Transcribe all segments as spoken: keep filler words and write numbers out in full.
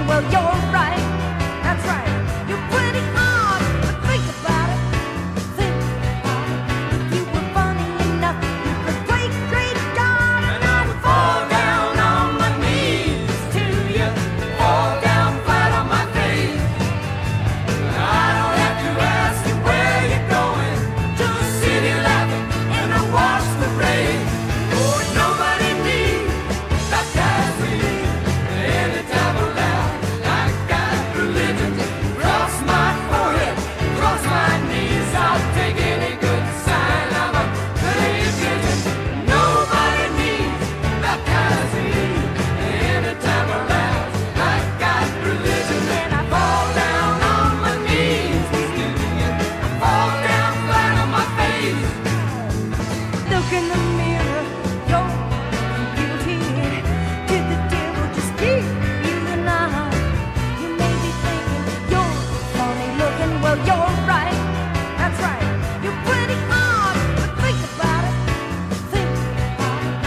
well, you're right. That's right. You're pretty hard, but think about it. Think about it. If you were funny enough, you could play great God, and I'd fall down on my knees to you, fall down flat on my face. I don't have to ask you where you're going, just sit here laughing and I watch the rain. Oh, nobody needs baptize me anytime I laugh. I got religion, cross my forehead, cross my knees. I'll take any good sign. I'm a clean pigeon. Nobody needs baptize me anytime I laugh. I got religion and I fall down on my knees. I fall down flat on my face. Look in the mirror, you're guilty. Did the devil just keep you alive? You may be thinking you're funny looking, well, you're right. That's right. You're pretty hard, but think about it. Think about it.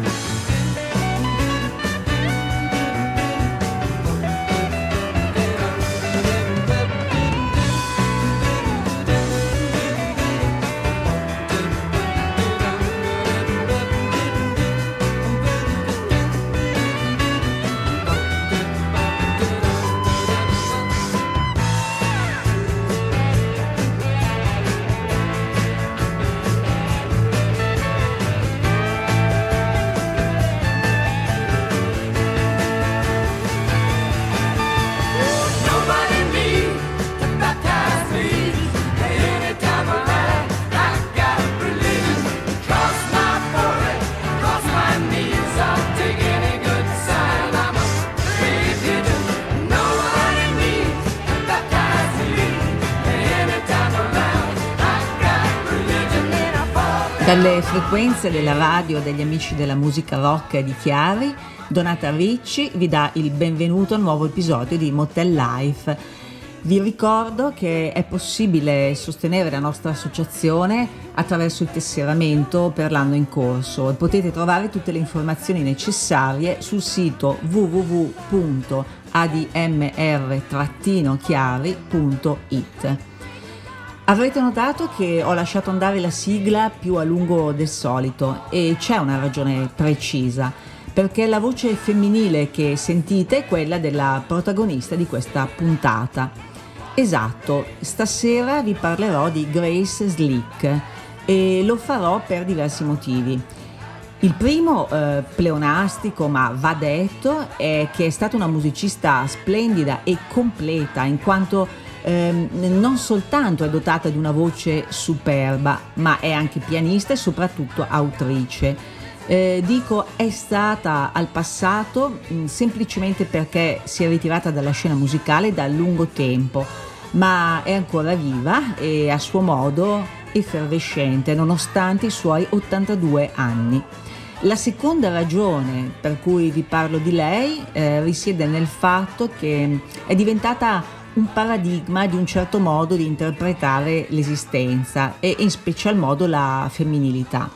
Nobody needs to baptize me anytime I laugh. I got religion, cross my forehead, cross my knees. I'll take any good sign. I'm a free pigeon. Nobody needs to baptize me anytime I laugh. I got religion and I fall down. Dalle frequenze della radio degli amici della musica rock di Chiari, Donata Ricci vi dà il benvenuto al nuovo episodio di Motel Life. Vi ricordo che è possibile sostenere la nostra associazione attraverso il tesseramento per l'anno in corso e potete trovare tutte le informazioni necessarie sul sito w w w punto a d m r chiari punto i t. Avrete notato che ho lasciato andare la sigla più a lungo del solito e c'è una ragione precisa, perché la voce femminile che sentite è quella della protagonista di questa puntata. Esatto, stasera vi parlerò di Grace Slick e lo farò per diversi motivi. Il primo, eh, pleonastico ma va detto, è che è stata una musicista splendida e completa, in quanto ehm, non soltanto è dotata di una voce superba, ma è anche pianista e soprattutto autrice. Eh, dico è stata al passato mh, semplicemente perché si è ritirata dalla scena musicale da lungo tempo, ma è ancora viva e a suo modo effervescente nonostante i suoi ottantadue anni. La seconda ragione per cui vi parlo di lei eh, risiede nel fatto che è diventata un paradigma di un certo modo di interpretare l'esistenza e in special modo la femminilità,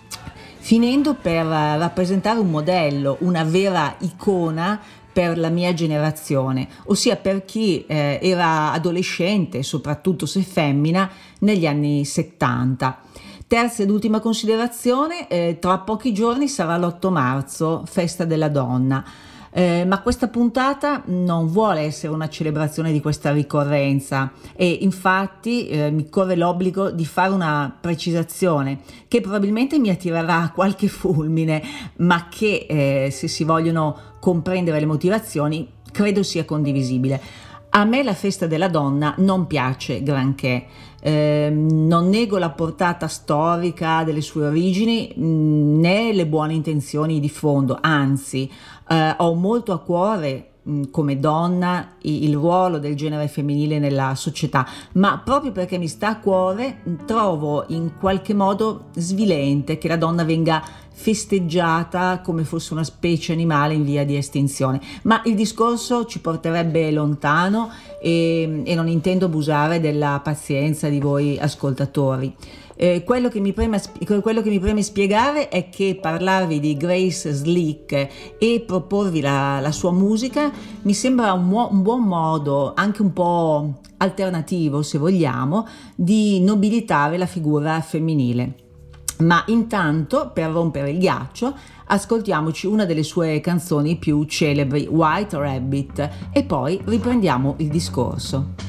finendo per rappresentare un modello, una vera icona per la mia generazione, ossia per chi eh, era adolescente, soprattutto se femmina, negli anni settanta. Terza ed ultima considerazione, eh, tra pochi giorni sarà l'otto marzo, festa della donna. Eh, ma questa puntata non vuole essere una celebrazione di questa ricorrenza e infatti eh, mi corre l'obbligo di fare una precisazione che probabilmente mi attirerà qualche fulmine, ma che eh, se si vogliono comprendere le motivazioni credo sia condivisibile. A me la festa della donna non piace granché. Eh, non nego la portata storica delle sue origini né le buone intenzioni di fondo, anzi eh, ho molto a cuore mh, come donna il ruolo del genere femminile nella società, ma proprio perché mi sta a cuore trovo in qualche modo svilente che la donna venga festeggiata come fosse una specie animale in via di estinzione. Ma il discorso ci porterebbe lontano e, e non intendo abusare della pazienza di voi ascoltatori. Eh, quello, che mi preme, quello che mi preme spiegare è che parlarvi di Grace Slick e proporvi la, la sua musica mi sembra un, un buon modo, anche un po' alternativo se vogliamo, di nobilitare la figura femminile. Ma intanto, per rompere il ghiaccio, ascoltiamoci una delle sue canzoni più celebri, White Rabbit, e poi riprendiamo il discorso.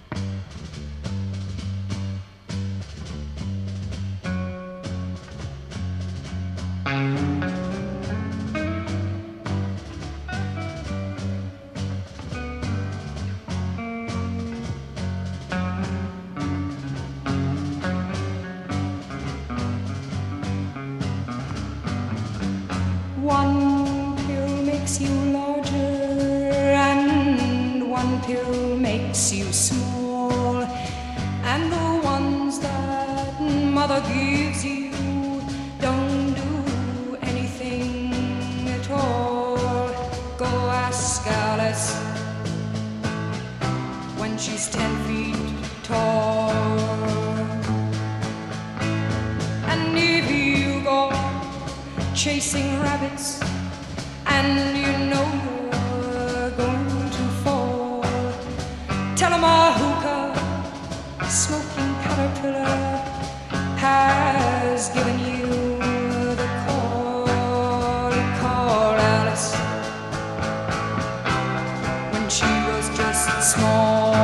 One pill makes you larger and one pill makes you small, and the ones that mother gives you don't do anything at all. Go ask Alice when she's ten feet tall. And if you go chasing rabbits and you know you're going to fall, tell 'em a hookah smoking caterpillar has given you the call. Call Alice when she was just small.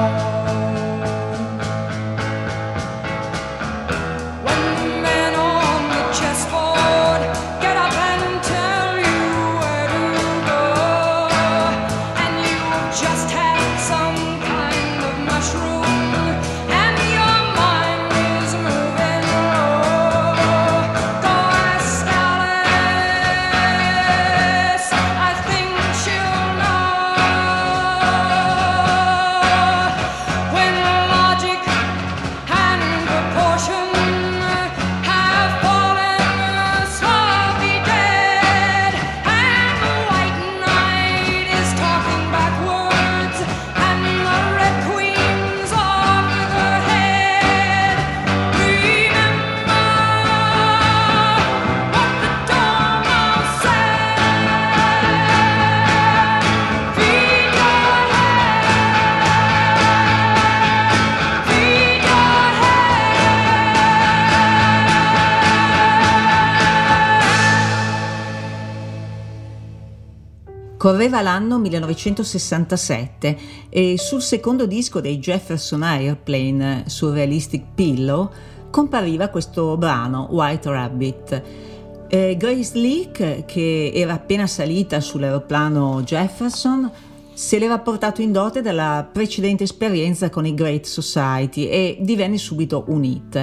Correva l'anno millenovecentosessantasette e sul secondo disco dei Jefferson Airplane, Surrealistic Pillow, compariva questo brano, White Rabbit. Eh, Grace Slick, che era appena salita sull'aeroplano Jefferson, se l'era portato in dote dalla precedente esperienza con i Great Society e divenne subito un hit.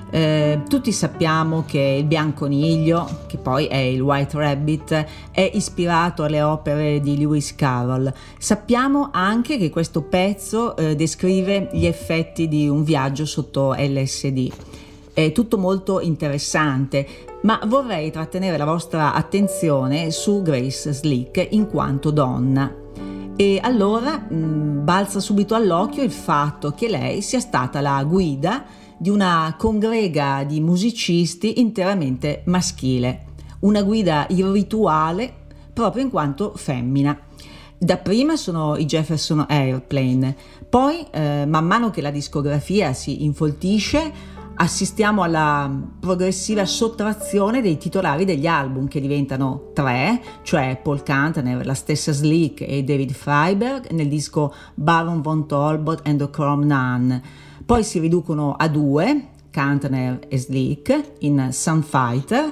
Eh, tutti sappiamo che il Bianconiglio, che poi è il White Rabbit, è ispirato alle opere di Lewis Carroll. Sappiamo anche che questo pezzo eh, descrive gli effetti di un viaggio sotto L S D. È tutto molto interessante, ma vorrei trattenere la vostra attenzione su Grace Slick in quanto donna. E allora mh, balza subito all'occhio il fatto che lei sia stata la guida di una congrega di musicisti interamente maschile, una guida irrituale proprio in quanto femmina. Dapprima sono i Jefferson Airplane, poi eh, man mano che la discografia si infoltisce assistiamo alla progressiva sottrazione dei titolari degli album, che diventano tre, cioè Paul Kantner, la stessa Slick e David Freiberg nel disco Baron von Talbot and the Chrome Nun. Poi si riducono a due, Kantner e Slick, in Sunfighter.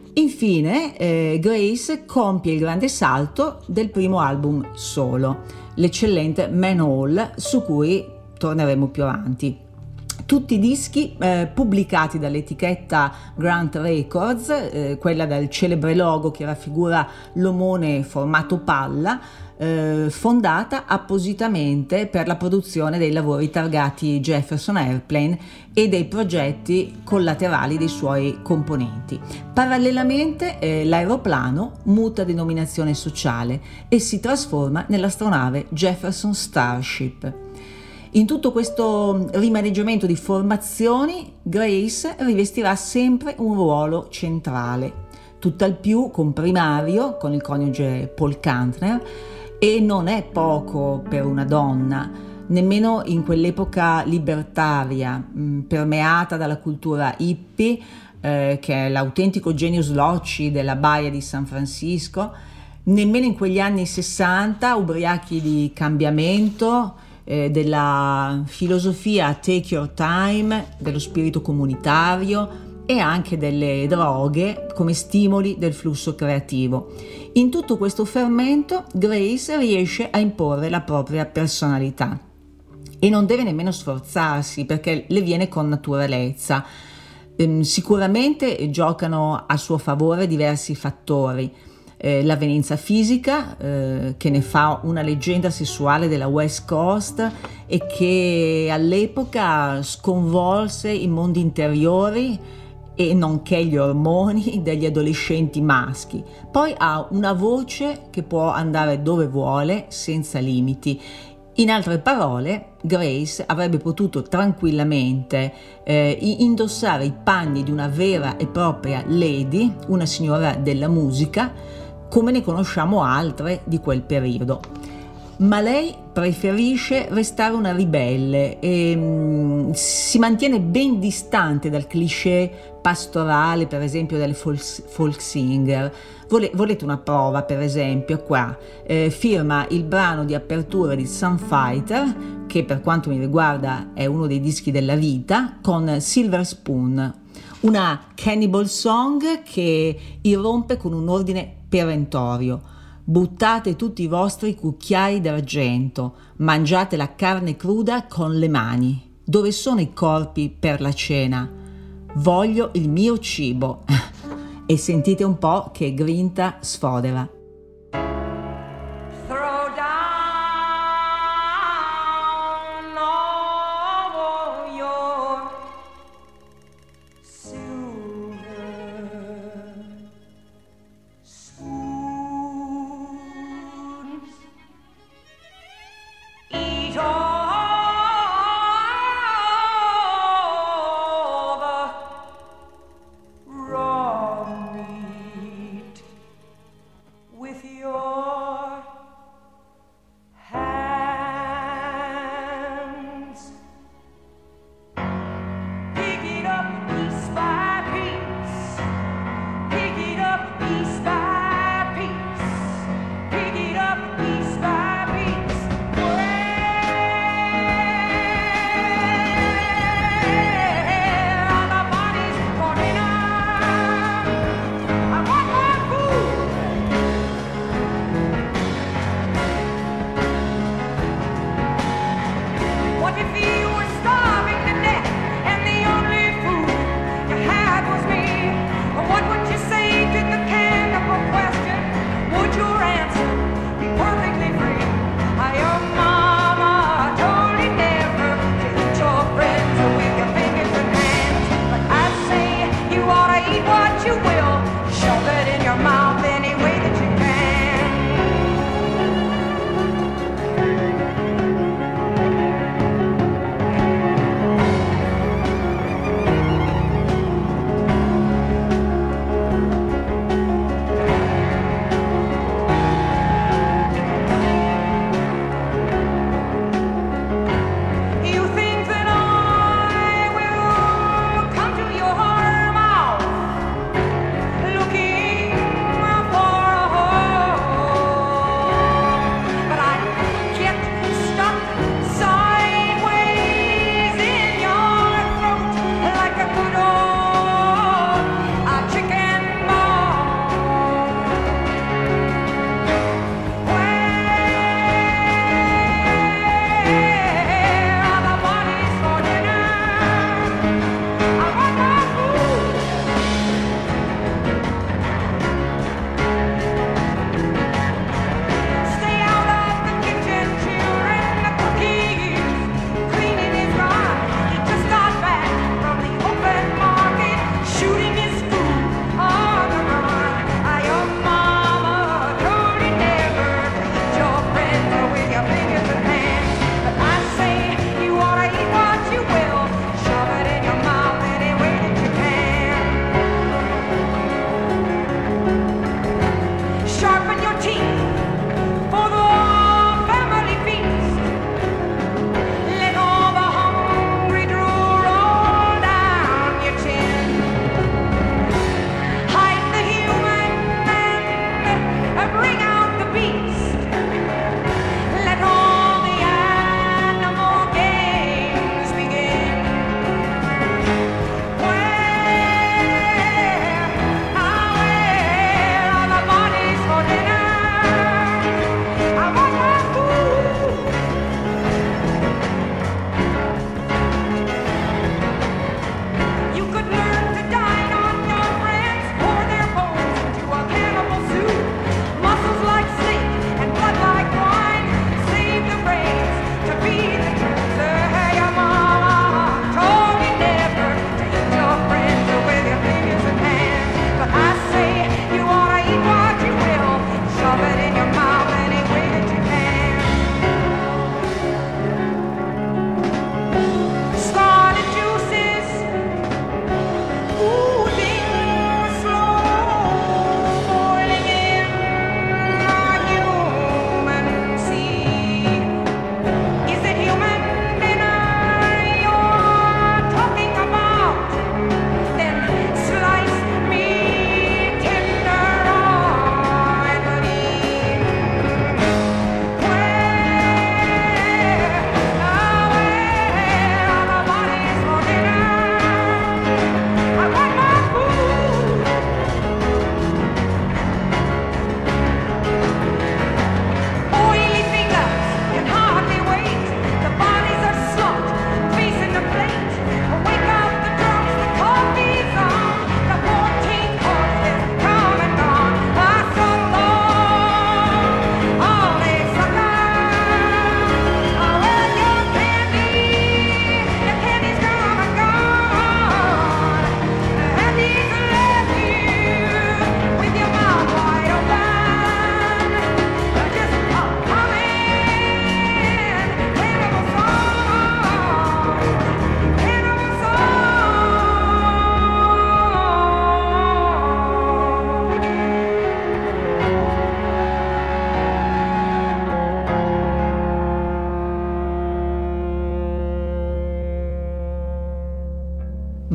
Infine eh, Grace compie il grande salto del primo album solo, l'eccellente Manhole, su cui torneremo più avanti. Tutti dischi eh, pubblicati dall'etichetta Grant Records, eh, quella dal celebre logo che raffigura l'omone formato palla, eh, fondata appositamente per la produzione dei lavori targati Jefferson Airplane e dei progetti collaterali dei suoi componenti. Parallelamente eh, l'aeroplano muta denominazione sociale e si trasforma nell'astronave Jefferson Starship. In tutto questo rimaneggiamento di formazioni, Grace rivestirà sempre un ruolo centrale, tutt'al più comprimario con il coniuge Paul Kantner, e non è poco per una donna, nemmeno in quell'epoca libertaria, mh, permeata dalla cultura hippie, eh, che è l'autentico genius loci della baia di San Francisco, nemmeno in quegli anni sessanta, ubriachi di cambiamento, eh, della filosofia take your time, dello spirito comunitario e anche delle droghe come stimoli del flusso creativo. In tutto questo fermento Grace riesce a imporre la propria personalità e non deve nemmeno sforzarsi, perché le viene con naturalezza. Ehm, sicuramente giocano a suo favore diversi fattori. Eh, l'avvenenza fisica, eh, che ne fa una leggenda sessuale della West Coast e che all'epoca sconvolse i mondi interiori e nonché gli ormoni degli adolescenti maschi. Poi ha una voce che può andare dove vuole senza limiti. In altre parole, Grace avrebbe potuto tranquillamente eh, indossare i panni di una vera e propria lady, una signora della musica, come ne conosciamo altre di quel periodo. Ma lei preferisce restare una ribelle e mh, si mantiene ben distante dal cliché pastorale, per esempio, delle folk, folk singer. Vole, volete una prova? Per esempio, qua eh, firma il brano di apertura di Sunfighter, che per quanto mi riguarda è uno dei dischi della vita, con Silver Spoon, una cannibal song che irrompe con un ordine perentorio: buttate tutti i vostri cucchiai d'argento, mangiate la carne cruda con le mani. Dove sono i corpi per la cena? Voglio il mio cibo. E sentite un po' che grinta sfodera. Throw down all your silver spoons. Eat all the raw meat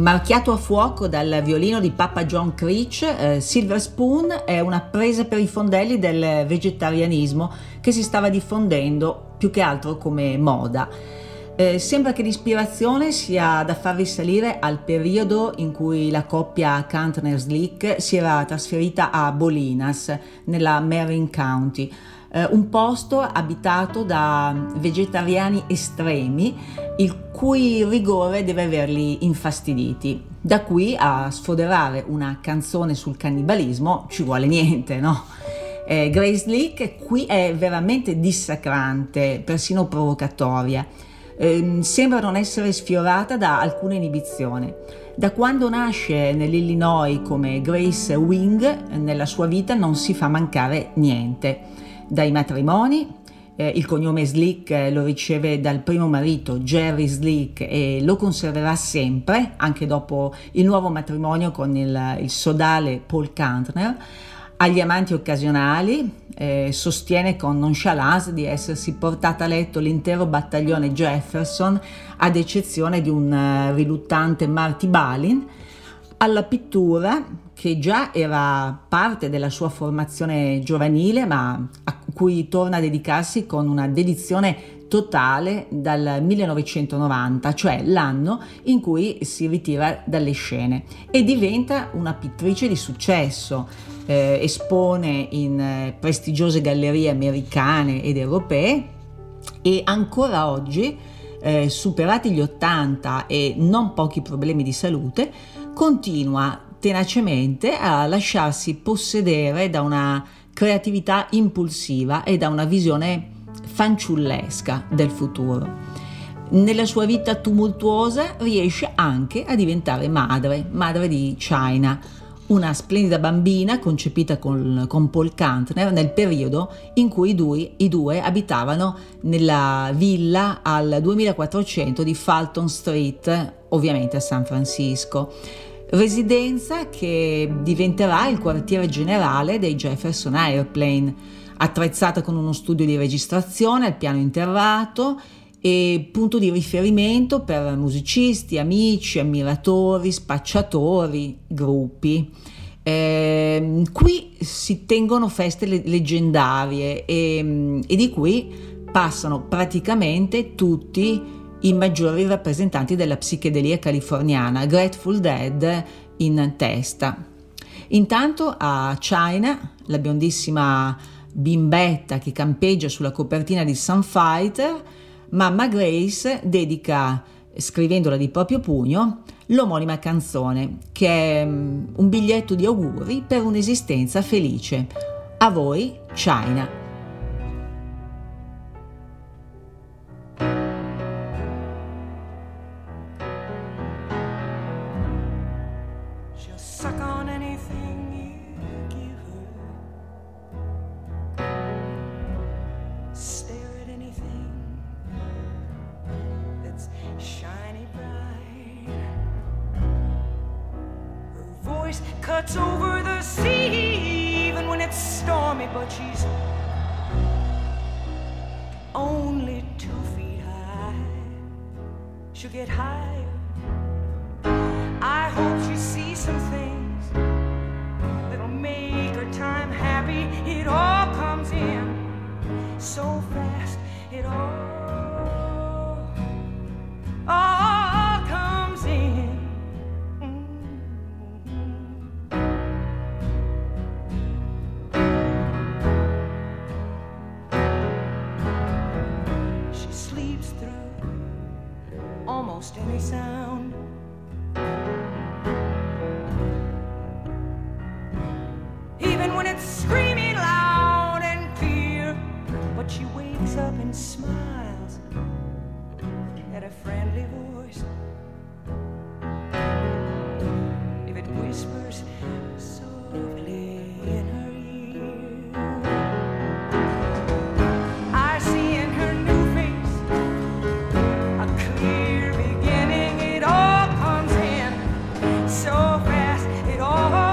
Marchiato a fuoco dal violino di Papa John Creech, eh, Silver Spoon è una presa per i fondelli del vegetarianismo che si stava diffondendo più che altro come moda. Eh, sembra che l'ispirazione sia da far risalire al periodo in cui la coppia Kantner-Slick si era trasferita a Bolinas, nella Marin County, eh, un posto abitato da vegetariani estremi, il cui rigore deve averli infastiditi. Da qui a sfoderare una canzone sul cannibalismo ci vuole niente, no? Eh, Grace Slick qui è veramente dissacrante, persino provocatoria. Eh, sembra non essere sfiorata da alcuna inibizione. Da quando nasce nell'Illinois come Grace Wing, nella sua vita non si fa mancare niente. Dai matrimoni, eh, il cognome Slick eh, lo riceve dal primo marito Jerry Slick e lo conserverà sempre, anche dopo il nuovo matrimonio con il, il sodale Paul Kantner. Agli amanti occasionali, eh, sostiene con nonchalance di essersi portata a letto l'intero battaglione Jefferson, ad eccezione di un uh, riluttante Marty Balin. Alla pittura, che già era parte della sua formazione giovanile, ma a cui torna a dedicarsi con una dedizione totale dal millenovecentonovanta, cioè l'anno in cui si ritira dalle scene, e diventa una pittrice di successo. Eh, espone in eh, prestigiose gallerie americane ed europee e ancora oggi, eh, superati gli ottanta e non pochi problemi di salute, continua tenacemente a lasciarsi possedere da una creatività impulsiva e da una visione fanciullesca del futuro. Nella sua vita tumultuosa riesce anche a diventare madre, madre di China, una splendida bambina concepita con, con Paul Kantner nel periodo in cui i due, i due abitavano nella villa al duemilaquattrocento di Fulton Street, ovviamente a San Francisco, residenza che diventerà il quartiere generale dei Jefferson Airplane, attrezzata con uno studio di registrazione al piano interrato e punto di riferimento per musicisti, amici, ammiratori, spacciatori, gruppi. Eh, qui si tengono feste le- leggendarie e, e di qui passano praticamente tutti i maggiori rappresentanti della psichedelia californiana, Grateful Dead in testa. Intanto a China, la biondissima bimbetta che campeggia sulla copertina di Sunfighter, Mamma Grace dedica, scrivendola di proprio pugno, l'omonima canzone, che è un biglietto di auguri per un'esistenza felice. A voi, China. She'll suck on anything you give her. Stare at anything that's shiny bright. Her voice cuts over the sea even when it's stormy, but she's only two feet high. She'll get higher. I hope she sees some things that'll make her time happy. It all comes in so fast. It all, all comes in. Mm. She sleeps through almost any sound. Even when it's screaming loud and clear, but she wakes up and smiles at a friendly voice. If it whispers softly in her ear, I see in her new face a clear beginning. It all comes in so fast. It all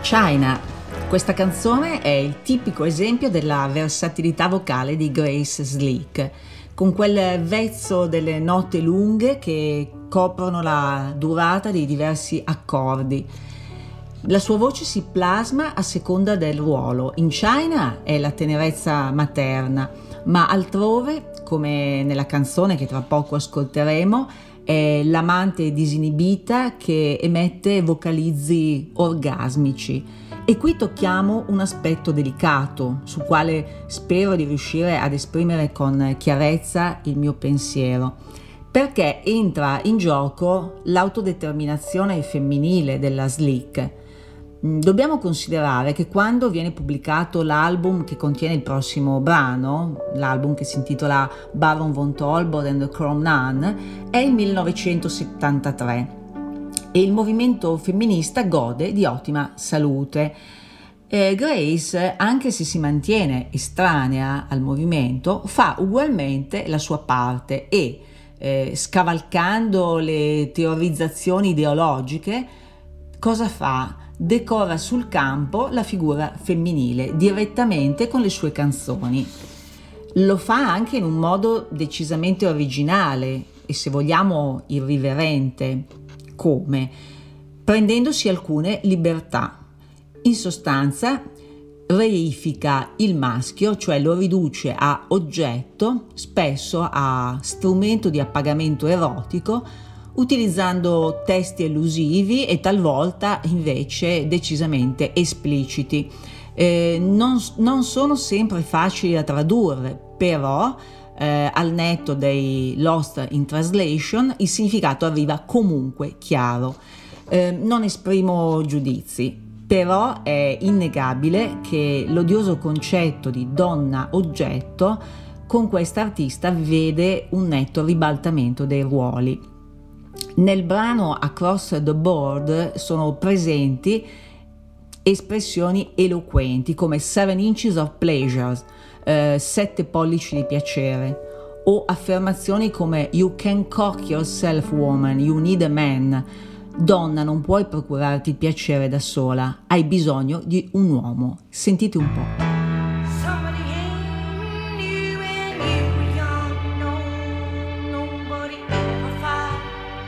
China. Questa canzone è il tipico esempio della versatilità vocale di Grace Slick, con quel vezzo delle note lunghe che coprono la durata di diversi accordi. La sua voce si plasma a seconda del ruolo. In China è la tenerezza materna, ma altrove, come nella canzone che tra poco ascolteremo, è l'amante disinibita che emette vocalizzi orgasmici. E qui tocchiamo un aspetto delicato, sul quale spero di riuscire ad esprimere con chiarezza il mio pensiero, perché entra in gioco l'autodeterminazione femminile della Slick. Dobbiamo considerare che quando viene pubblicato l'album che contiene il prossimo brano, l'album che si intitola Baron von Talbot and the Chrome Nun, è il millenovecentosettantatré e il movimento femminista gode di ottima salute. Eh, Grace, anche se si mantiene estranea al movimento, fa ugualmente la sua parte e, eh, scavalcando le teorizzazioni ideologiche, cosa fa? Decora sul campo la figura femminile direttamente con le sue canzoni. Lo fa anche in un modo decisamente originale e, se vogliamo, irriverente. Come? Prendendosi alcune libertà. In sostanza, reifica il maschio, cioè lo riduce a oggetto, spesso a strumento di appagamento erotico, utilizzando testi elusivi e talvolta invece decisamente espliciti. Eh, non, non sono sempre facili da tradurre, però eh, al netto dei Lost in Translation il significato arriva comunque chiaro. Eh, non esprimo giudizi, però è innegabile che l'odioso concetto di donna oggetto con questa artista vede un netto ribaltamento dei ruoli. Nel brano Across the Board sono presenti espressioni eloquenti come seven inches of pleasure, eh, sette pollici di piacere, o affermazioni come you can cock yourself woman, you need a man. Donna, non puoi procurarti il piacere da sola, hai bisogno di un uomo. Sentite un po'. Somebody ain't you when you were young, no, nobody ever fight.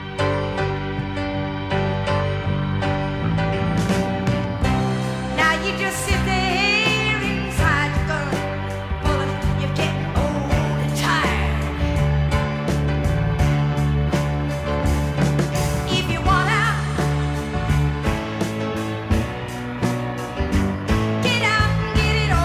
Now you just sit there inside your girl, boy, you're getting old and tired. If you want out, get out and get it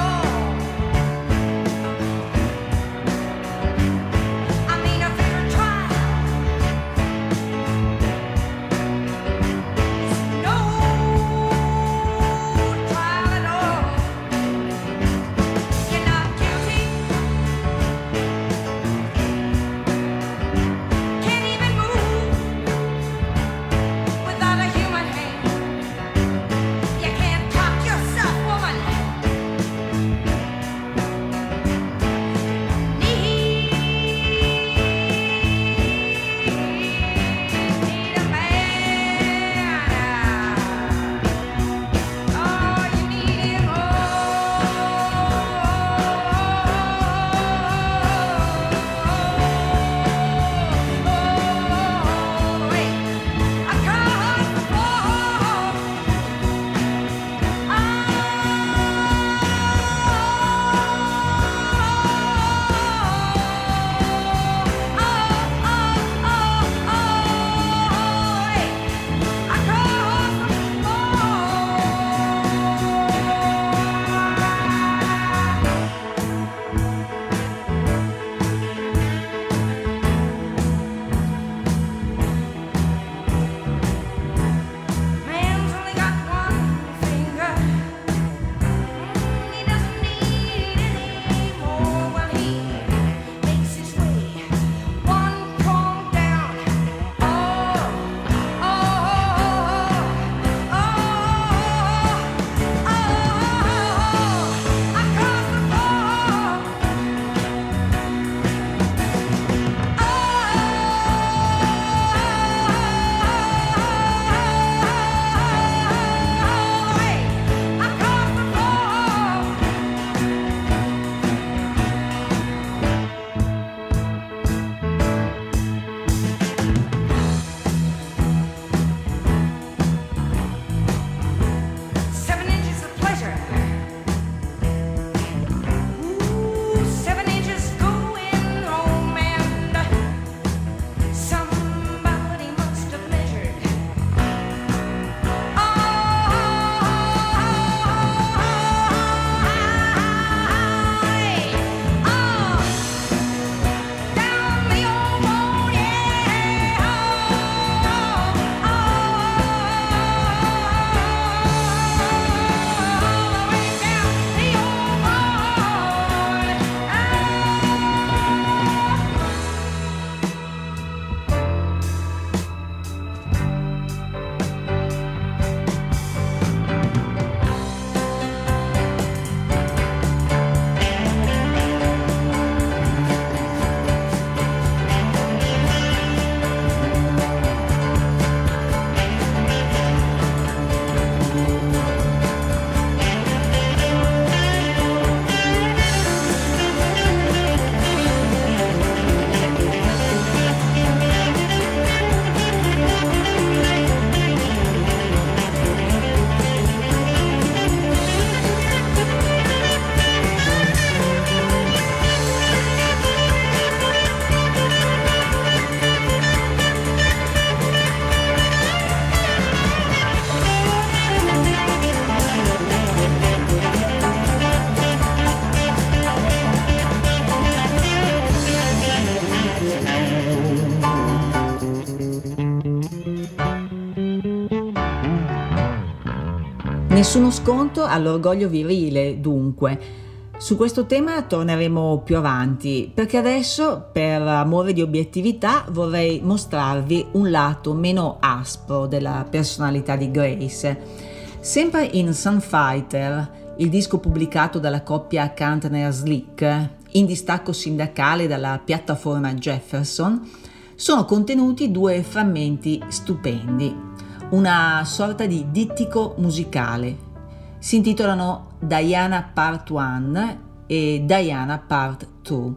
Nessuno sconto all'orgoglio virile, dunque. Su questo tema torneremo più avanti, perché adesso, per amore di obiettività, vorrei mostrarvi un lato meno aspro della personalità di Grace. Sempre in Sunfighter, il disco pubblicato dalla coppia Kantner-Slick, in distacco sindacale dalla piattaforma Jefferson, sono contenuti due frammenti stupendi, una sorta di dittico musicale. Si intitolano Diana Part uno e Diana Part due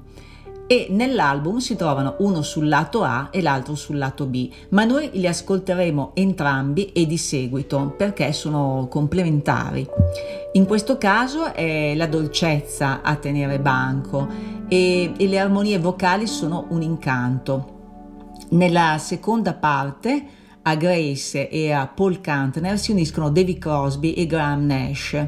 e nell'album si trovano uno sul lato A e l'altro sul lato B, ma noi li ascolteremo entrambi e di seguito perché sono complementari. In questo caso è la dolcezza a tenere banco e, e le armonie vocali sono un incanto. Nella seconda parte a Grace e a Paul Kantner si uniscono David Crosby e Graham Nash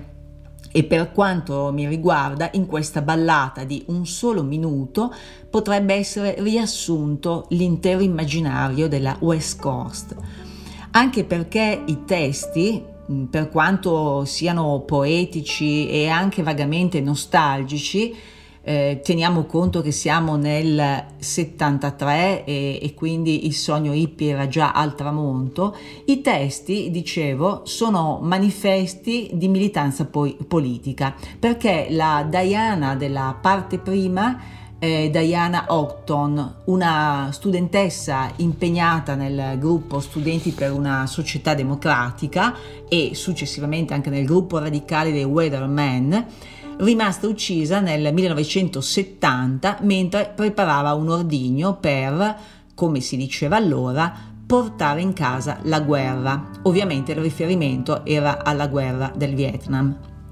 e per quanto mi riguarda in questa ballata di un solo minuto potrebbe essere riassunto l'intero immaginario della West Coast, anche perché i testi, per quanto siano poetici e anche vagamente nostalgici, Eh, teniamo conto che siamo nel settantatré e, e quindi il sogno hippie era già al tramonto. I testi, dicevo, sono manifesti di militanza poi politica, perché la Diana della parte prima è Diana Ogton, una studentessa impegnata nel gruppo Studenti per una società democratica e successivamente anche nel gruppo radicale dei Weathermen, rimasta uccisa nel millenovecentosettanta mentre preparava un ordigno per, come si diceva allora, portare in casa la guerra. Ovviamente il riferimento era alla guerra del Vietnam.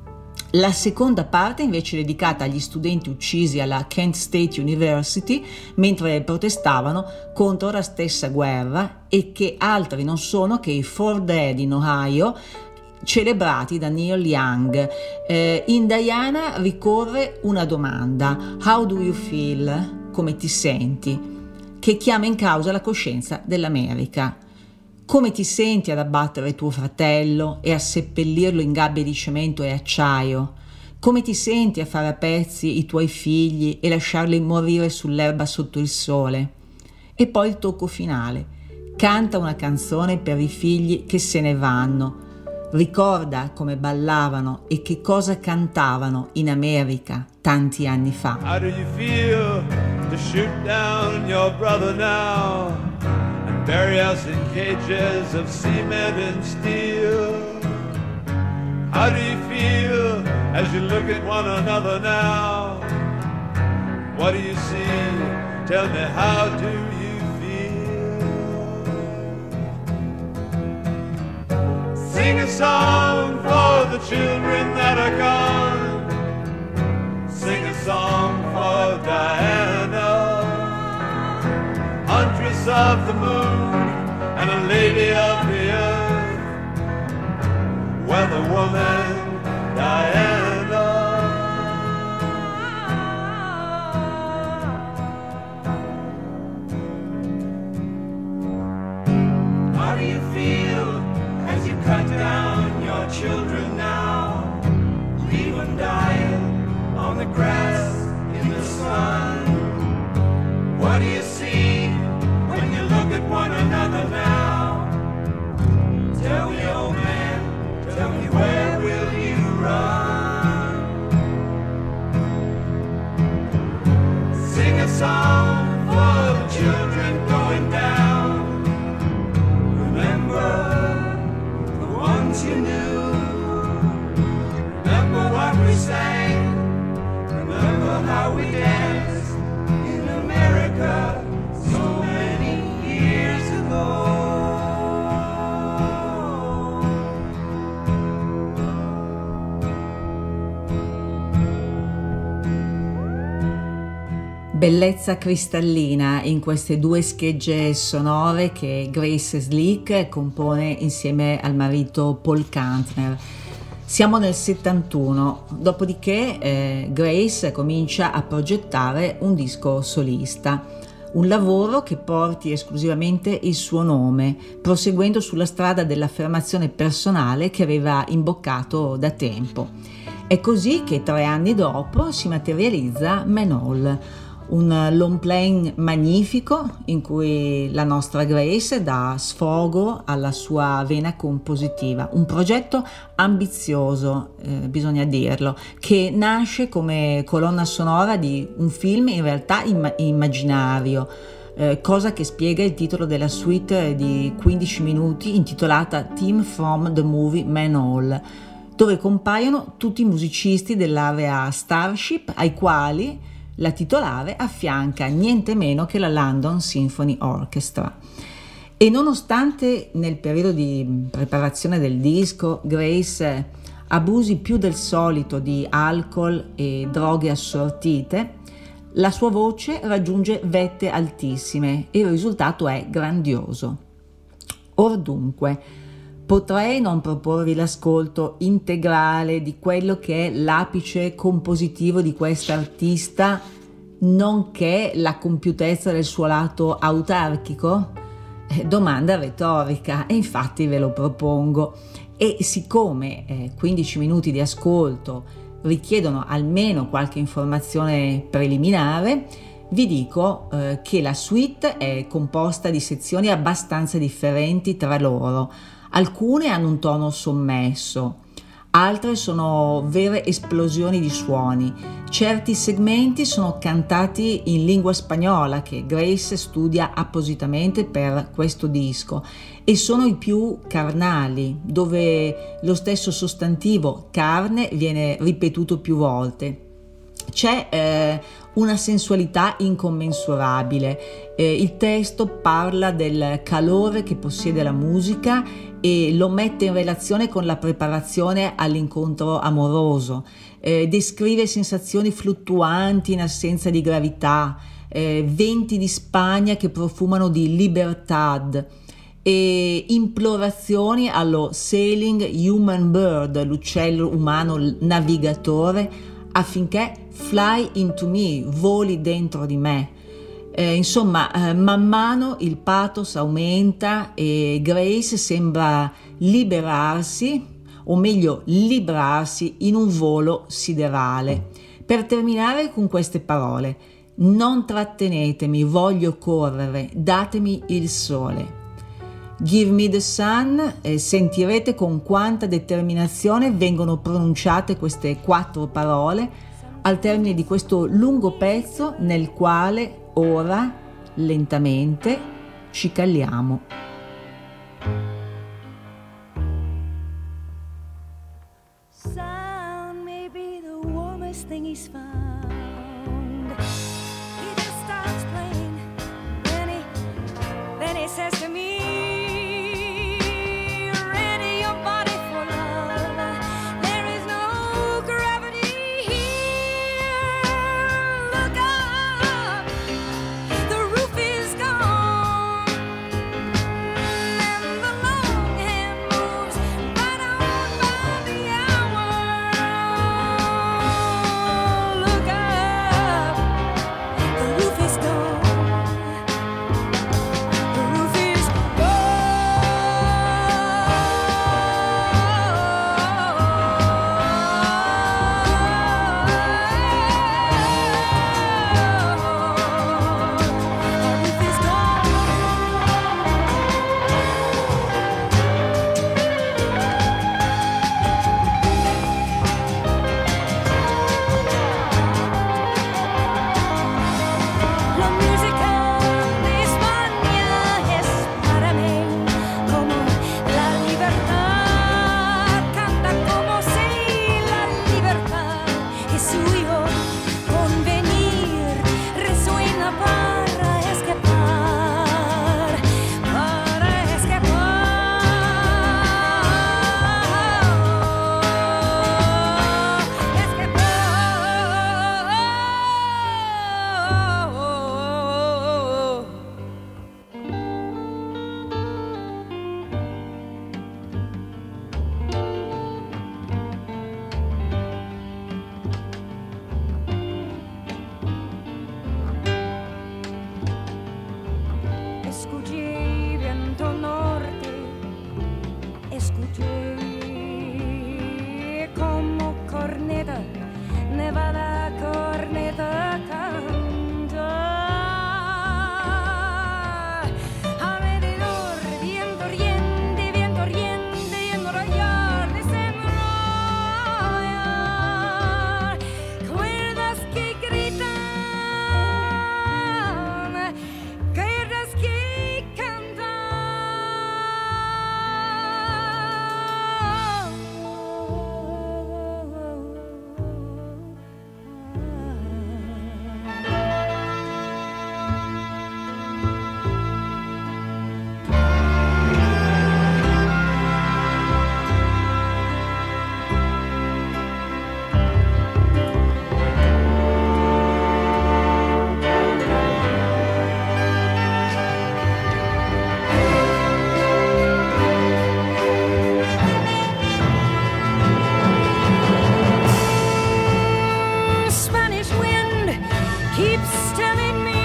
La seconda parte invece è dedicata agli studenti uccisi alla Kent State University mentre protestavano contro la stessa guerra e che altri non sono che i Four Dead in Ohio, celebrati da Neil Young. Eh, in Diana ricorre una domanda: How do you feel? Come ti senti? Che chiama in causa la coscienza dell'America. Come ti senti ad abbattere tuo fratello e a seppellirlo in gabbie di cemento e acciaio? Come ti senti a fare a pezzi i tuoi figli e lasciarli morire sull'erba sotto il sole? E poi il tocco finale. Canta una canzone per i figli che se ne vanno. Ricorda come ballavano e che cosa cantavano in America tanti anni fa. How do you feel to shoot down your brother now and bury us in cages of cement and steel? How do you feel as you look at one another now? What do you see? Tell me, how do you sing a song for the children that are gone. Sing a song for Diana, huntress of the moon and a lady of the earth, weather woman Diana. How do you feel as you cut down your children now, leave them dying on the grass in the sun? What do you see when you look at one another now? Tell me, old man, tell me, where will you run? Sing a song for the children going down. Remember ones you knew. Remember what we sang. Remember how we danced in America so many years ago. Bellezza cristallina in queste due schegge sonore che Grace Slick compone insieme al marito Paul Kantner. Siamo nel settantuno, dopodiché eh, Grace comincia a progettare un disco solista, un lavoro che porti esclusivamente il suo nome, proseguendo sulla strada dell'affermazione personale che aveva imboccato da tempo. È così che tre anni dopo si materializza Manhole, un long playing magnifico in cui la nostra Grace dà sfogo alla sua vena compositiva, un progetto ambizioso, eh, bisogna dirlo, che nasce come colonna sonora di un film in realtà imm- immaginario, eh, cosa che spiega il titolo della suite di quindici minuti intitolata Theme from the Movie Manhole, dove compaiono tutti i musicisti dell'area Starship ai quali la titolare affianca niente meno che la London Symphony Orchestra. E nonostante nel periodo di preparazione del disco Grace abusi più del solito di alcol e droghe assortite, la sua voce raggiunge vette altissime e il risultato è grandioso. Or dunque, potrei non proporvi l'ascolto integrale di quello che è l'apice compositivo di questa artista, nonché la compiutezza del suo lato autarchico? Eh, domanda retorica, e infatti ve lo propongo. E siccome eh, quindici minuti di ascolto richiedono almeno qualche informazione preliminare, vi dico eh, che la suite è composta di sezioni abbastanza differenti tra loro. Alcune hanno un tono sommesso, altre sono vere esplosioni di suoni. Certi segmenti sono cantati in lingua spagnola, che Grace studia appositamente per questo disco, e sono i più carnali, dove lo stesso sostantivo carne viene ripetuto più volte. C'è eh, una sensualità incommensurabile. Eh, il testo parla del calore che possiede la musica e lo mette in relazione con la preparazione all'incontro amoroso. Eh, descrive sensazioni fluttuanti in assenza di gravità, eh, venti di Spagna che profumano di libertad e implorazioni allo sailing human bird, l'uccello umano navigatore, affinché fly into me, voli dentro di me. Eh, insomma, eh, man mano il pathos aumenta e Grace sembra liberarsi, o meglio librarsi, in un volo siderale. Per terminare con queste parole: non trattenetemi, voglio correre, datemi il sole. Give me the sun, e sentirete con quanta determinazione vengono pronunciate queste quattro parole al termine di questo lungo pezzo nel quale ora, lentamente, ci calliamo. Sound may be the warmest thing he's found. He just starts playing, then he, then he says to me, ready your body for love. There is no gravity here. Look up, the roof is gone. escuché viento norte, escuché como corneta, nevada corneta canta. Alrededor viento riente, viento riente, y en rayar desenrollar cuerdas que gritan, cuerdas que Spanish wind keeps telling me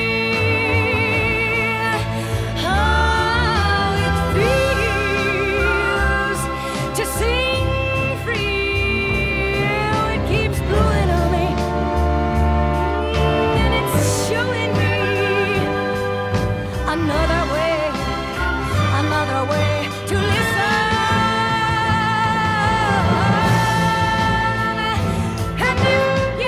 how it feels to sing free. It keeps blowing on me, and it's showing me another way, another way to listen. And do you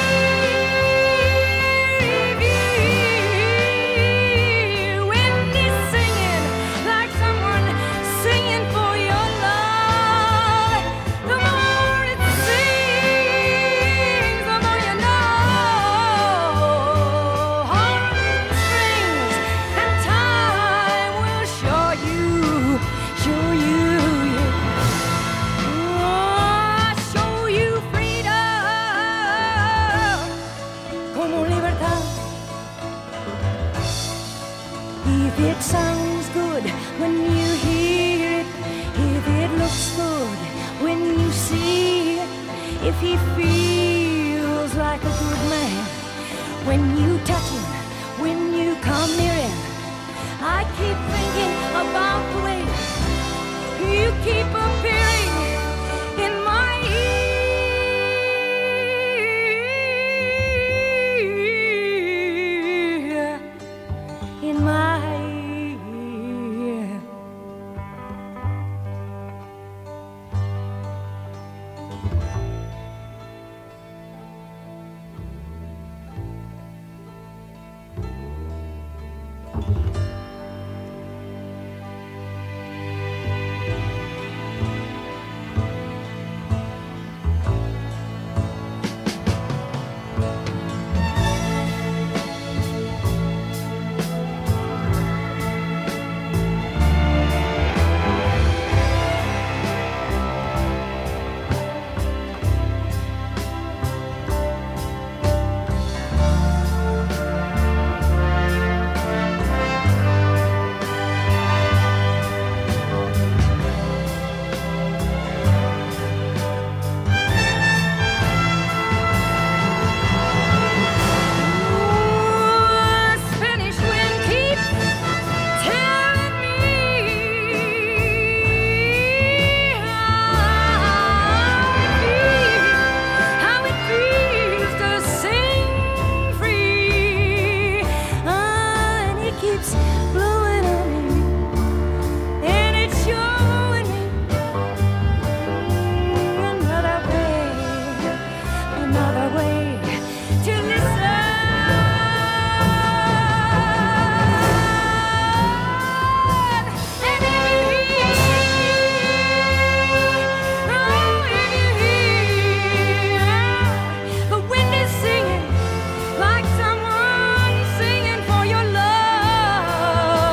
hear wind is singing like someone singing for your love? The more it sings, the more you know. Heartstrings and time will show you, show you, oh, show you freedom como libertad. If it sounds good when you hear it, if it looks good when you see it, if he feels like a good man when you touch him, when you come near him, I keep thinking about the way you keep appearing in my ear, in my ear. Spanish wind keeps telling me how it feels to sing free. Ah, and it keeps blowing on me, and it's showing me another way, another way to listen. And if you hear, oh, if you hear, the wind is singing like someone singing for your love.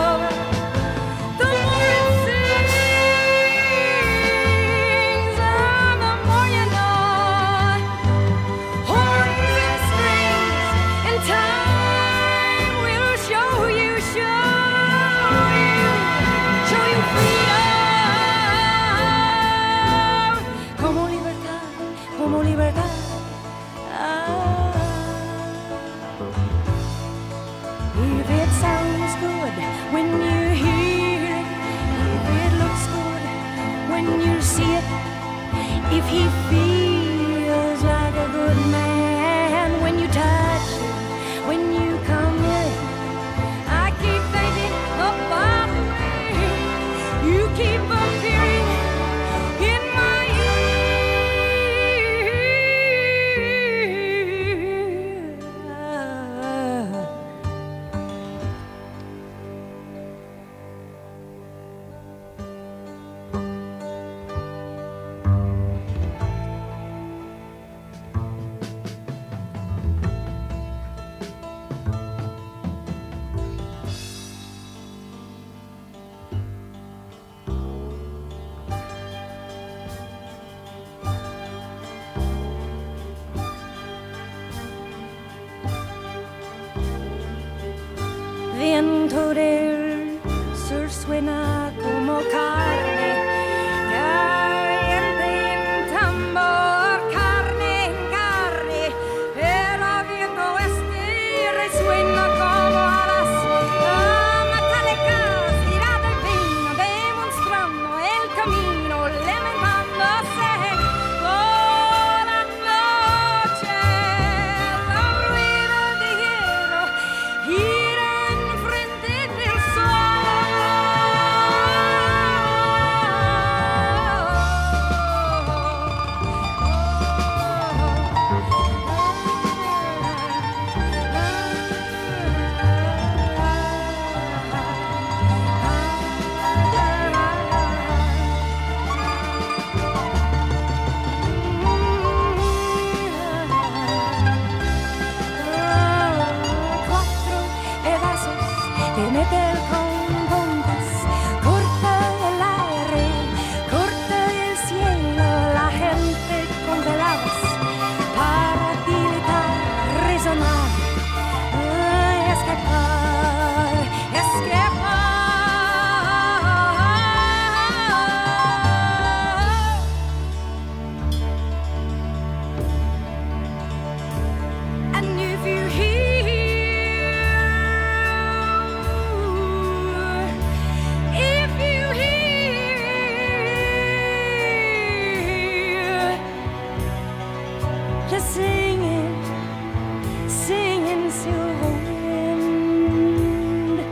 viento del sur suena como carne caliente en tambor, carne en carne, pero viento este resuena como alas metálicas, tirada y vino, demostrando el camino, lamentándose por la noche, la rueda de hielo gira enfrente del Cuatro pedazos de metal con puntas, corta el aire, corta el cielo, la gente con veladas para tiritar, resonar, ay, escapar, escapar. And if you hear, if you hear, just singing, singing silver wind.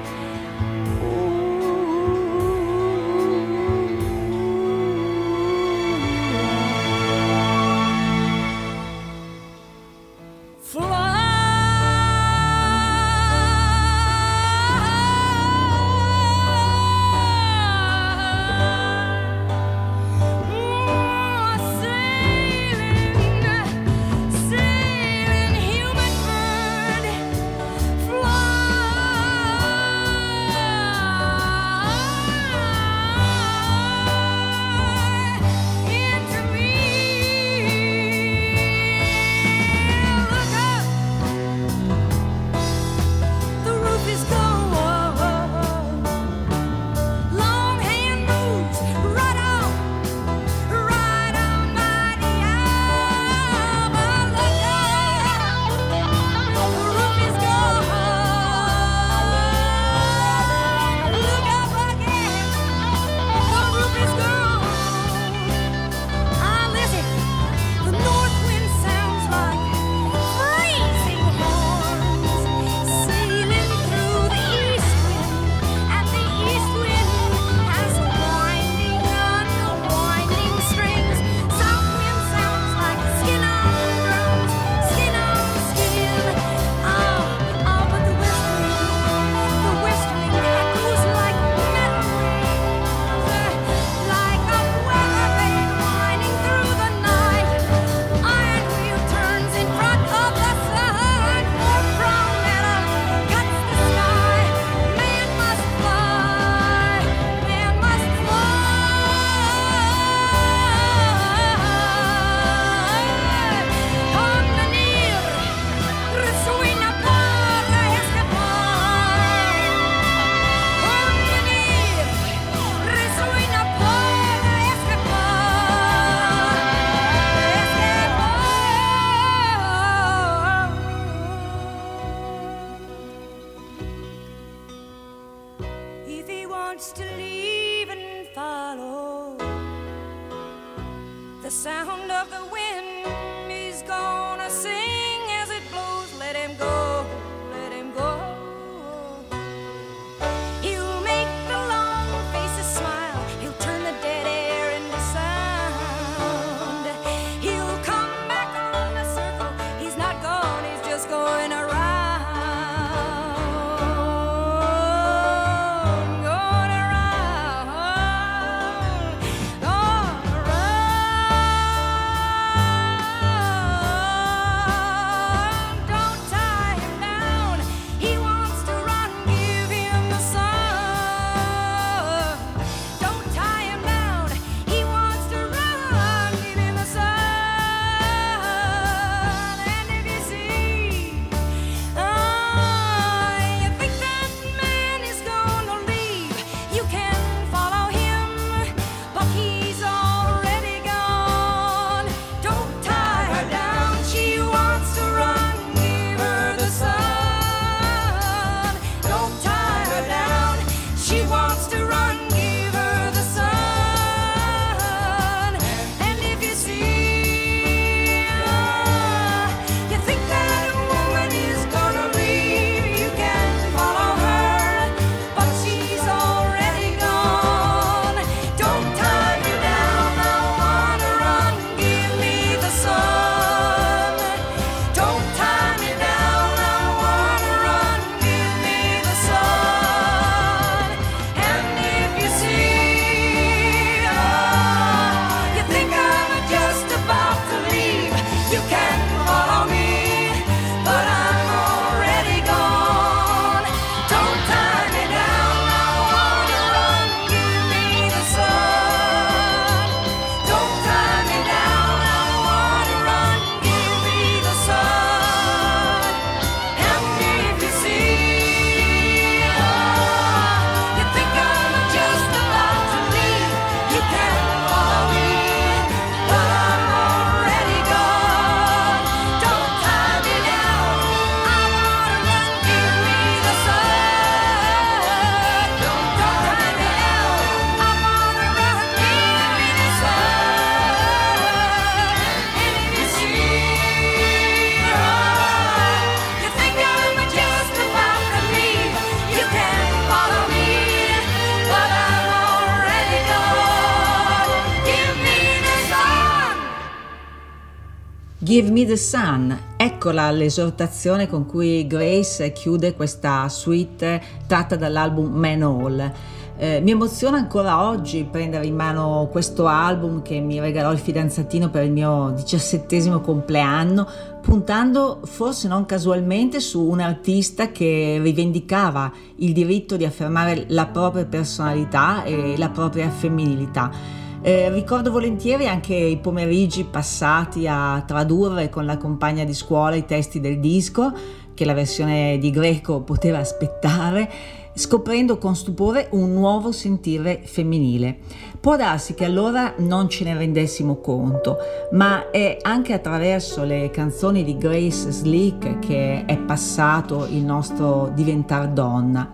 Sailing, human bird, fly into me. Look up, the roof is gone. Long hand moves right on, right on by the arm. Look up, the roof is gone. Look up again, the roof is gone. Ah, listen, the north wind sounds like freezing horns, sailing through the east wind, and the east wind has winding, unwinding strings. South wind sounds like skin on drums, skin on skin. Ah, ah, but the west wind, the west wind echoes like metal rings, like a weather vane winding through the night. Iron wheel turns in front of the sun, more brown metal cuts the sky. Man must fly, man must fly. Convenir, resuena para escapar. Convenir, resuena para escapar. Escapar. If he wants to leave and follow the sound of the wind, he's gonna sing as it blows. Let him go, let him go. He'll make the long faces smile. He'll turn the dead air into sound. He'll come back on the circle. He's not gone, he's just going around. Going around. Going around. Give Me the Sun, eccola l'esortazione con cui Grace chiude questa suite tratta dall'album Man All. Eh, mi emoziona ancora oggi prendere in mano questo album che mi regalò il fidanzatino per il mio diciassettesimo compleanno, puntando forse non casualmente su un artista che rivendicava il diritto di affermare la propria personalità e la propria femminilità. Eh, ricordo volentieri anche i pomeriggi passati a tradurre con la compagna di scuola i testi del disco, che la versione di greco poteva aspettare, scoprendo con stupore un nuovo sentire femminile. Può darsi che allora non ce ne rendessimo conto, ma è anche attraverso le canzoni di Grace Slick che è passato il nostro diventar donna.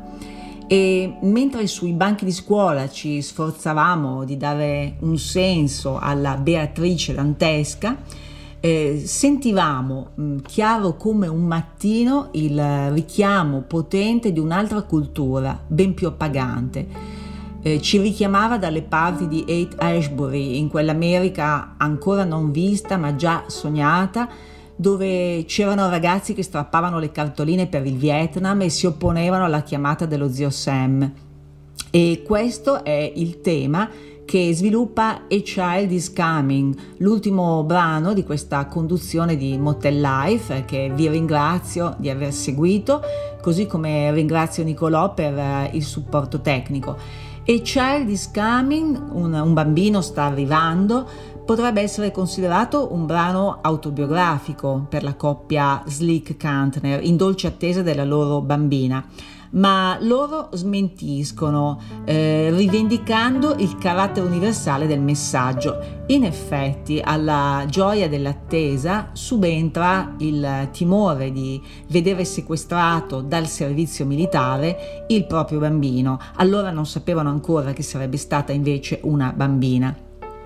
E mentre sui banchi di scuola ci sforzavamo di dare un senso alla Beatrice dantesca, eh, sentivamo mh, chiaro come un mattino il richiamo potente di un'altra cultura, ben più appagante. Eh, ci richiamava dalle parti di Haight-Ashbury, in quell'America ancora non vista ma già sognata, dove c'erano ragazzi che strappavano le cartoline per il Vietnam e si opponevano alla chiamata dello zio Sam. E questo è il tema che sviluppa A Child is Coming, l'ultimo brano di questa conduzione di Motel Life, che vi ringrazio di aver seguito, così come ringrazio Nicolò per il supporto tecnico. A Child is Coming, un, un bambino sta arrivando, potrebbe essere considerato un brano autobiografico per la coppia Slick-Kantner, in dolce attesa della loro bambina, ma loro smentiscono, eh, rivendicando il carattere universale del messaggio. In effetti, alla gioia dell'attesa subentra il timore di vedere sequestrato dal servizio militare il proprio bambino. Allora non sapevano ancora che sarebbe stata invece una bambina.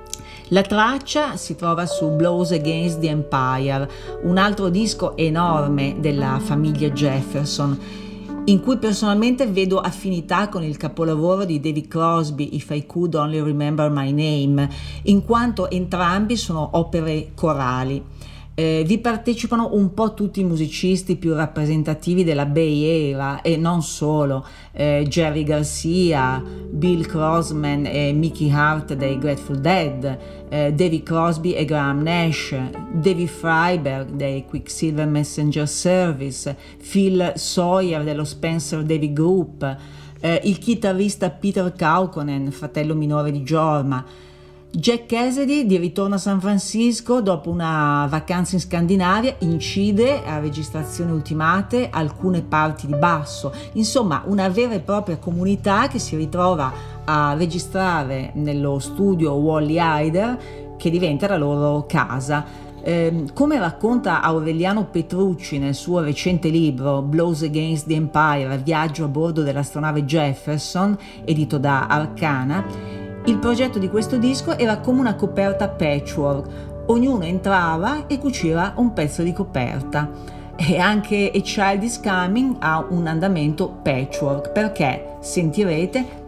La traccia si trova su Blows Against the Empire, un altro disco enorme della famiglia Jefferson, in cui personalmente vedo affinità con il capolavoro di David Crosby, If I Could Only Remember My Name, in quanto entrambi sono opere corali. Eh, vi partecipano un po' tutti i musicisti più rappresentativi della Bay Area e non solo, eh, Jerry Garcia, Bill Crossman e Mickey Hart dei Grateful Dead, eh, David Crosby e Graham Nash, David Freiberg dei Quicksilver Messenger Service, Phil Sawyer dello Spencer David Group, eh, il chitarrista Peter Kaukonen, fratello minore di Jorma, Jack Cassidy, di ritorno a San Francisco dopo una vacanza in Scandinavia, incide a registrazioni ultimate alcune parti di basso. Insomma, una vera e propria comunità che si ritrova a registrare nello studio Wally Heider, che diventa la loro casa. Eh, come racconta Aureliano Petrucci nel suo recente libro Blows Against the Empire, viaggio a bordo dell'astronave Jefferson, edito da Arcana, il progetto di questo disco era come una coperta patchwork, ognuno entrava e cuciva un pezzo di coperta. E anche A Child is Coming ha un andamento patchwork, perché sentirete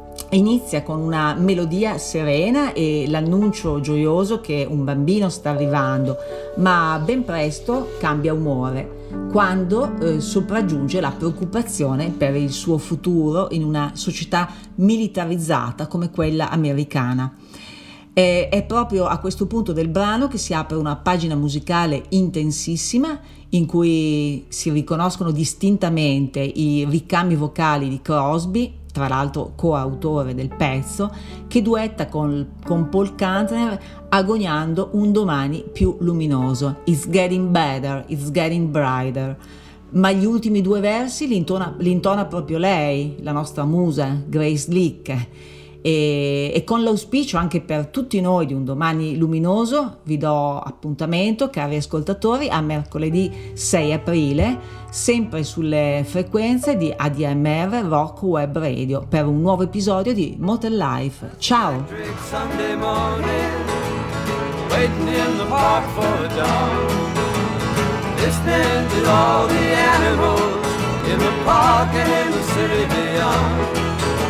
inizia con una melodia serena e l'annuncio gioioso che un bambino sta arrivando, ma ben presto cambia umore quando eh, sopraggiunge la preoccupazione per il suo futuro in una società militarizzata come quella americana. E, è proprio a questo punto del brano che si apre una pagina musicale intensissima in cui si riconoscono distintamente i ricami vocali di Crosby, tra l'altro coautore del pezzo, che duetta con, con Paul Kantner agoniando un domani più luminoso. It's getting better, it's getting brighter. Ma gli ultimi due versi li intona, li intona proprio lei, la nostra musa, Grace Slick. E, e con l'auspicio anche per tutti noi di un domani luminoso vi do appuntamento, cari ascoltatori, a mercoledì sei aprile, sempre sulle frequenze di A D M R Rock Web Radio, per un nuovo episodio di Motel Life. Ciao! Sunday morning, waiting in the park for dawn, listening to all the animals in the park and in the city beyond.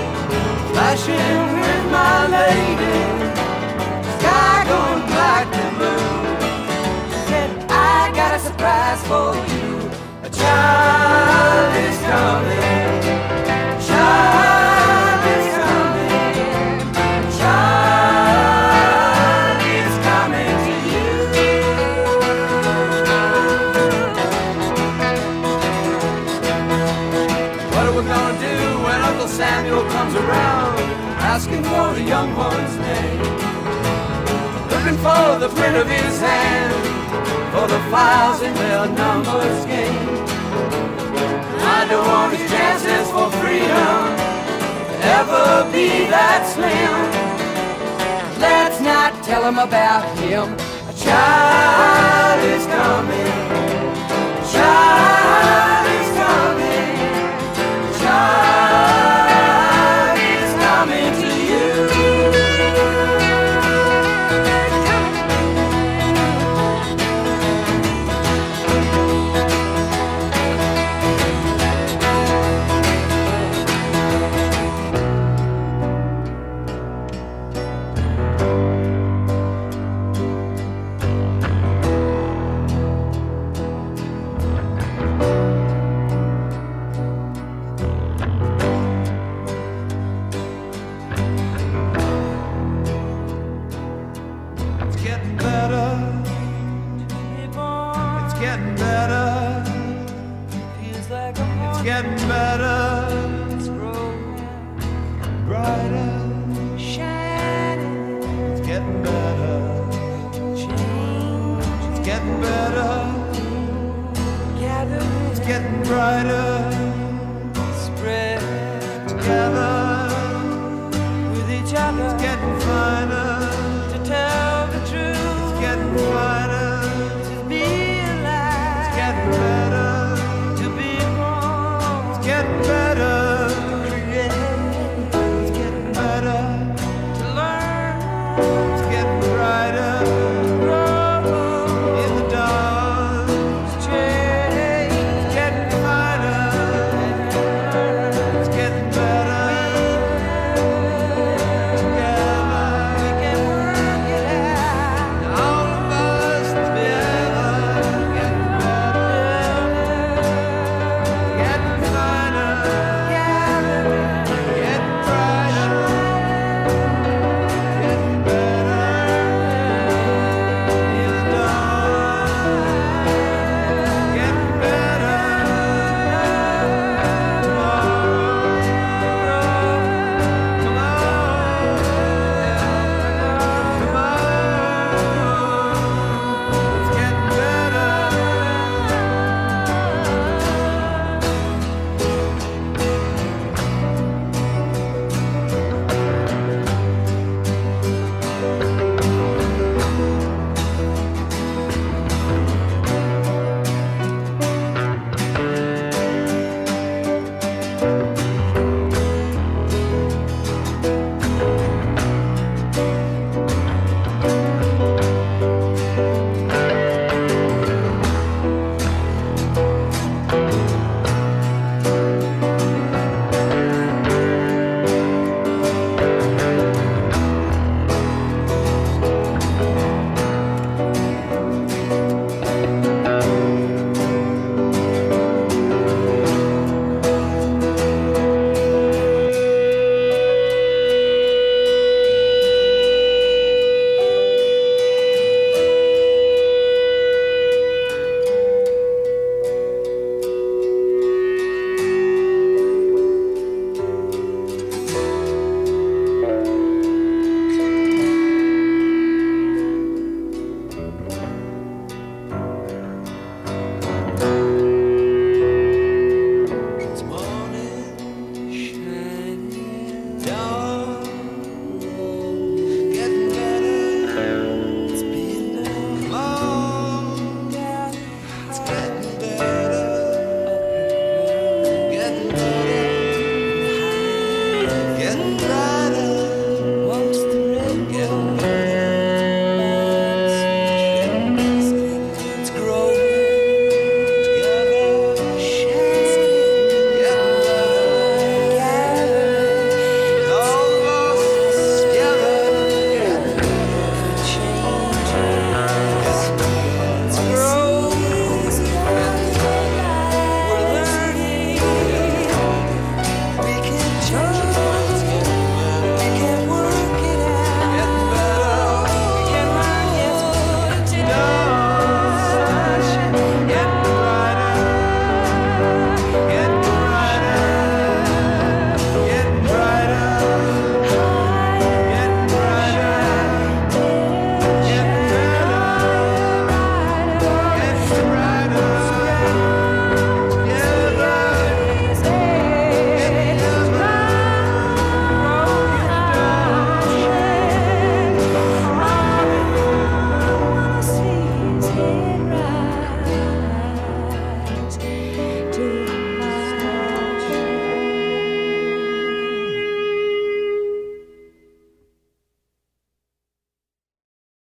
Flashing with my lady, sky going black and blue. She said, child is coming, child is coming, child is coming to you. What are we gonna do when Uncle Samuel comes around, asking for the young one's name, looking for the print of his hand, for the files in their numbers game? I don't want his chances for freedom ever be that slim. Let's not tell him about him. A child is coming, a child